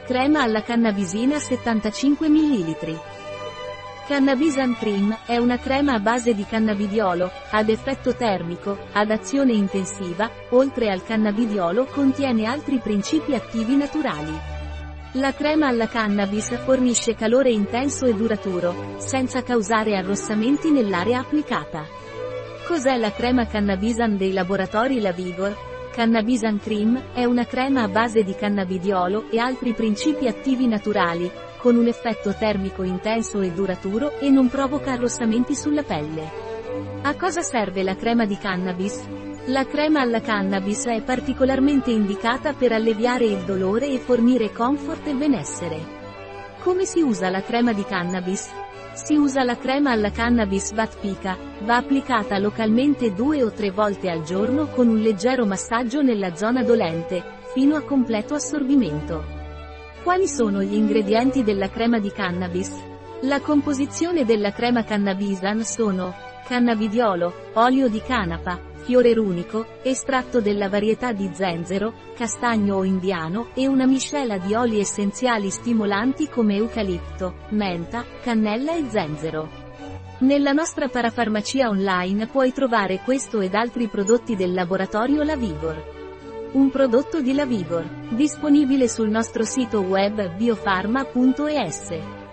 Crema alla cannabisina 75 ml. Cannabisan Cream è una crema a base di cannabidiolo, ad effetto termico, ad azione intensiva, oltre al cannabidiolo contiene altri principi attivi naturali. La crema alla cannabis fornisce calore intenso e duraturo, senza causare arrossamenti nell'area applicata. Cos'è la crema Cannabisan dei laboratori Lavigor? Cannabisan Cream è una crema a base di cannabidiolo e altri principi attivi naturali, con un effetto termico intenso e duraturo e non provoca arrossamenti sulla pelle. A cosa serve la crema di cannabis? La crema alla cannabis è particolarmente indicata per alleviare il dolore e fornire comfort e benessere. Come si usa la crema di cannabis? Si usa la crema alla cannabis Vatpika, va applicata localmente 2 o 3 volte al giorno con un leggero massaggio nella zona dolente, fino a completo assorbimento. Quali sono gli ingredienti della crema di cannabis? La composizione della crema Cannabisan sono cannabidiolo, olio di canapa, fiore runico, estratto della varietà di zenzero, castagno o indiano e una miscela di oli essenziali stimolanti come eucalipto, menta, cannella e zenzero. Nella nostra parafarmacia online puoi trovare questo ed altri prodotti del laboratorio Lavigor. Un prodotto di Lavigor, disponibile sul nostro sito web biofarma.es.